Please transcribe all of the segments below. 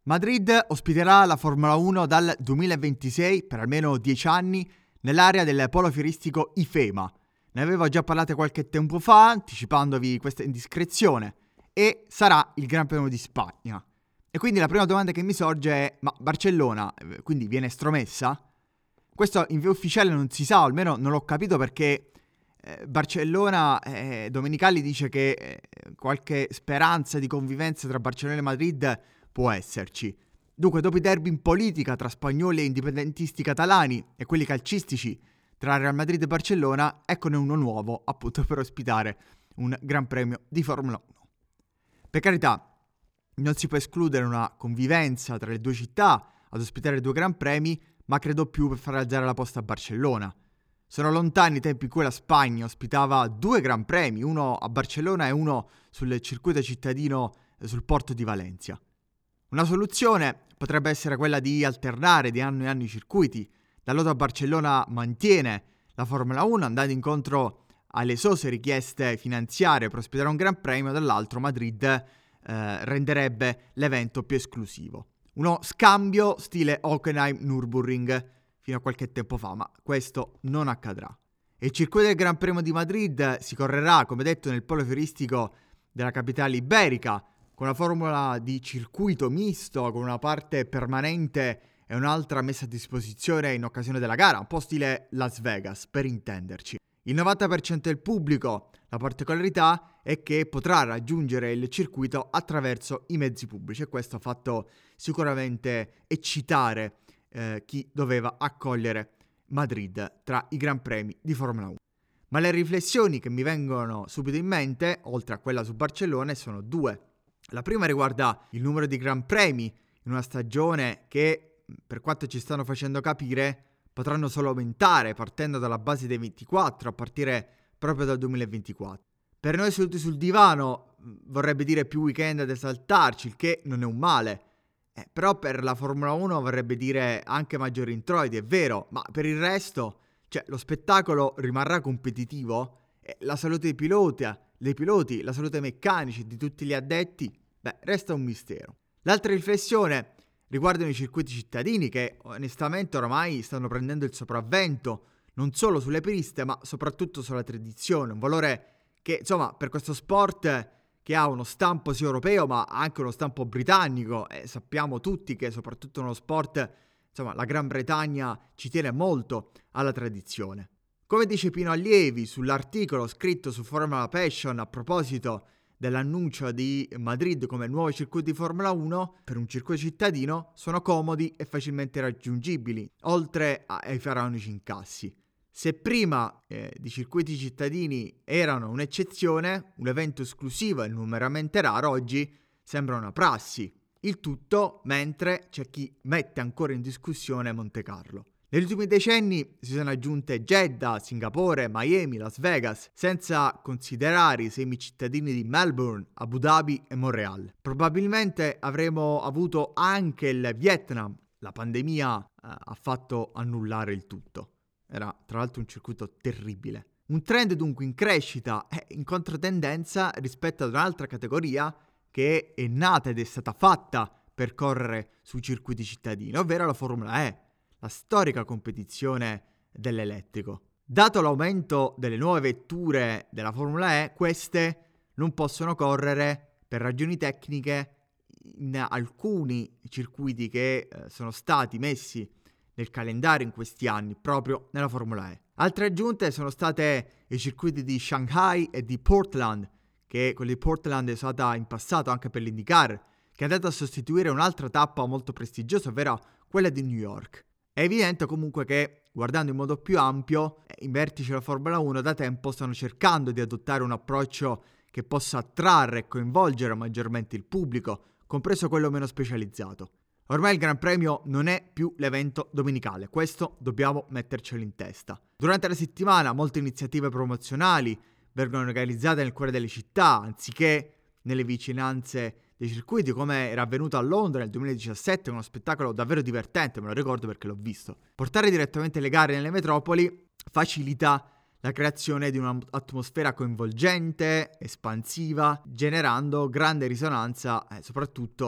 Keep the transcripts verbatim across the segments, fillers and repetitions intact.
Madrid ospiterà la Formula uno dal duemilaventisei per almeno dieci anni nell'area del polo fieristico IFEMA. Ne avevo già parlato qualche tempo fa, anticipandovi questa indiscrezione, e sarà il Gran Premio di Spagna. E quindi la prima domanda che mi sorge è: ma Barcellona, quindi viene estromessa? Questo in via ufficiale non si sa, o almeno non l'ho capito, perché eh, Barcellona, eh, Domenicali dice che eh, qualche speranza di convivenza tra Barcellona e Madrid può esserci. Dunque, dopo i derby in politica tra spagnoli e indipendentisti catalani e quelli calcistici tra Real Madrid e Barcellona, eccone uno nuovo, appunto, per ospitare un Gran Premio di Formula uno. Per carità, non si può escludere una convivenza tra le due città ad ospitare due Gran Premi, ma credo più per far alzare la posta a Barcellona. Sono lontani i tempi in cui la Spagna ospitava due Gran Premi, uno a Barcellona e uno sul circuito cittadino sul porto di Valencia. Una soluzione potrebbe essere quella di alternare di anno in anno i circuiti. Da lato a Barcellona mantiene la Formula uno andando incontro alle esose richieste finanziarie per ospitare un Gran Premio, dall'altro Madrid eh, renderebbe l'evento più esclusivo. Uno scambio stile Hockenheim-Nürburgring fino a qualche tempo fa, ma questo non accadrà. E il circuito del Gran Premio di Madrid si correrà, come detto, nel polo fieristico della capitale iberica, con una formula di circuito misto, con una parte permanente e un'altra messa a disposizione in occasione della gara, un po' stile Las Vegas, per intenderci. Il novanta per cento del pubblico, la particolarità è che potrà raggiungere il circuito attraverso i mezzi pubblici, e questo ha fatto sicuramente eccitare eh, chi doveva accogliere Madrid tra i Gran Premi di Formula uno. Ma le riflessioni che mi vengono subito in mente, oltre a quella su Barcellona, sono due. La prima riguarda il numero di Gran Premi in una stagione che, per quanto ci stanno facendo capire, potranno solo aumentare partendo dalla base dei ventiquattro a partire proprio dal duemilaventiquattro. Per noi seduti sul divano vorrebbe dire più weekend ad esaltarci, il che non è un male. Eh, però per la Formula uno vorrebbe dire anche maggiori introiti, è vero, ma per il resto, cioè, lo spettacolo rimarrà competitivo? E la salute dei piloti, dei piloti, la salute dei meccanici, di tutti gli addetti, beh, resta un mistero. L'altra riflessione riguardano i circuiti cittadini, che onestamente oramai stanno prendendo il sopravvento non solo sulle piste, ma soprattutto sulla tradizione, un valore che, insomma, per questo sport che ha uno stampo sia europeo ma anche uno stampo britannico, e sappiamo tutti che soprattutto nello sport, insomma, la Gran Bretagna ci tiene molto alla tradizione. Come dice Pino Allievi sull'articolo scritto su Formula Passion a proposito dell'annuncio di Madrid come nuovo circuito di Formula uno, per un circuito cittadino sono comodi e facilmente raggiungibili, oltre ai faraonici incassi. Se prima eh, di circuiti cittadini erano un'eccezione, un evento esclusivo e numericamente raro, oggi sembra una prassi. Il tutto mentre c'è chi mette ancora in discussione Monte Carlo. Negli ultimi decenni si sono aggiunte Jeddah, Singapore, Miami, Las Vegas, senza considerare i semicittadini di Melbourne, Abu Dhabi e Montreal. Probabilmente avremmo avuto anche il Vietnam. La pandemia eh, ha fatto annullare il tutto. Era tra l'altro un circuito terribile. Un trend dunque in crescita e in controtendenza rispetto ad un'altra categoria che è nata ed è stata fatta per correre sui circuiti cittadini, ovvero la Formula E, la storica competizione dell'elettrico. Dato l'aumento delle nuove vetture della Formula E, queste non possono correre per ragioni tecniche in alcuni circuiti che eh, sono stati messi nel calendario in questi anni, proprio nella Formula E. Altre aggiunte sono state i circuiti di Shanghai e di Portland, che quello di Portland è stata in passato anche per l'IndyCar, che è andata a sostituire un'altra tappa molto prestigiosa, ovvero quella di New York. È evidente comunque che, guardando in modo più ampio, i vertici della Formula uno da tempo stanno cercando di adottare un approccio che possa attrarre e coinvolgere maggiormente il pubblico, compreso quello meno specializzato. Ormai il Gran Premio non è più l'evento domenicale, questo dobbiamo mettercelo in testa. Durante la settimana molte iniziative promozionali vengono organizzate nel cuore delle città, anziché nelle vicinanze dei circuiti, come era avvenuto a Londra nel duemiladiciassette, con uno spettacolo davvero divertente, me lo ricordo perché l'ho visto. Portare direttamente le gare nelle metropoli facilita la creazione di un'atmosfera coinvolgente, espansiva, generando grande risonanza, eh, soprattutto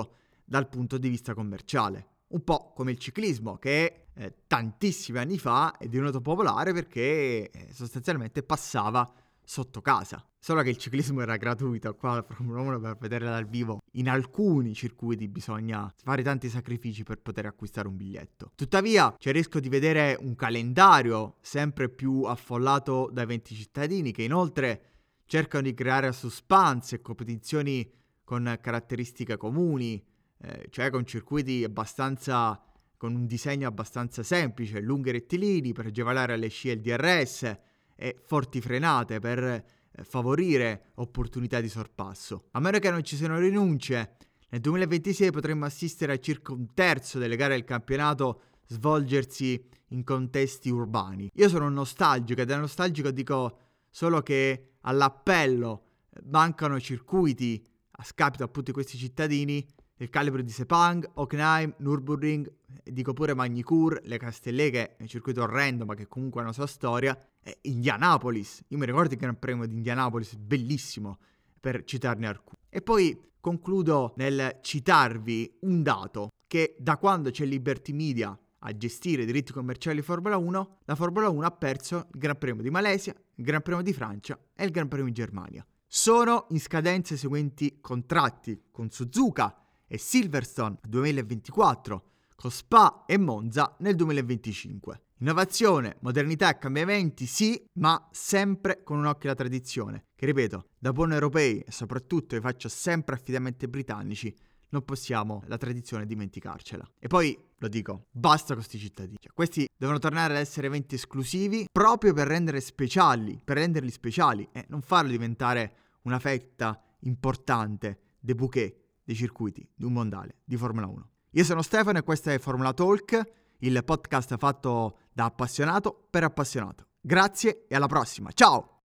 dal punto di vista commerciale. Un po' come il ciclismo, che eh, tantissimi anni fa è divenuto popolare perché eh, sostanzialmente passava sotto casa. Solo che il ciclismo era gratuito, qua la Formula uno per vederla dal vivo in alcuni circuiti bisogna fare tanti sacrifici per poter acquistare un biglietto. Tuttavia c'è il rischio di vedere un calendario sempre più affollato da eventi cittadini che inoltre cercano di creare suspense e competizioni con caratteristiche comuni, eh, cioè con circuiti abbastanza, con un disegno abbastanza semplice, lunghi rettilini per agevolare alle scie il D R S e forti frenate per eh, favorire opportunità di sorpasso. A meno che non ci siano rinunce, nel duemilaventisei potremmo assistere a circa un terzo delle gare del campionato svolgersi in contesti urbani. Io sono nostalgico, ed è nostalgico dico solo che all'appello mancano circuiti a scapito appunto di questi cittadini del calibro di Sepang, Hockenheim, Nürburgring, dico pure Magny-Cours, le Castellet, che è un circuito orrendo ma che comunque ha una sua storia, e Indianapolis. Io mi ricordo il Gran Premio di Indianapolis, bellissimo, per citarne alcuni. E poi concludo nel citarvi un dato, che da quando c'è Liberty Media a gestire i diritti commerciali di Formula uno, la Formula uno ha perso il Gran Premio di Malesia, il Gran Premio di Francia e il Gran Premio di Germania. Sono in scadenza i seguenti contratti con Suzuka e Silverstone duemilaventiquattro, con Spa e Monza nel duemilaventicinque. Innovazione, modernità e cambiamenti sì, ma sempre con un occhio alla tradizione, che ripeto, da buoni europei e soprattutto vi faccio sempre affidamenti britannici, non possiamo la tradizione dimenticarcela. E poi, lo dico, basta con questi cittadini. Cioè, questi devono tornare ad essere eventi esclusivi proprio per rendere speciali, per renderli speciali e non farlo diventare una fetta importante dei bouquet dei circuiti di un mondiale di Formula uno. Io sono Stefano e questo è Formula Talk, il podcast fatto da appassionato per appassionato. Grazie e alla prossima, ciao!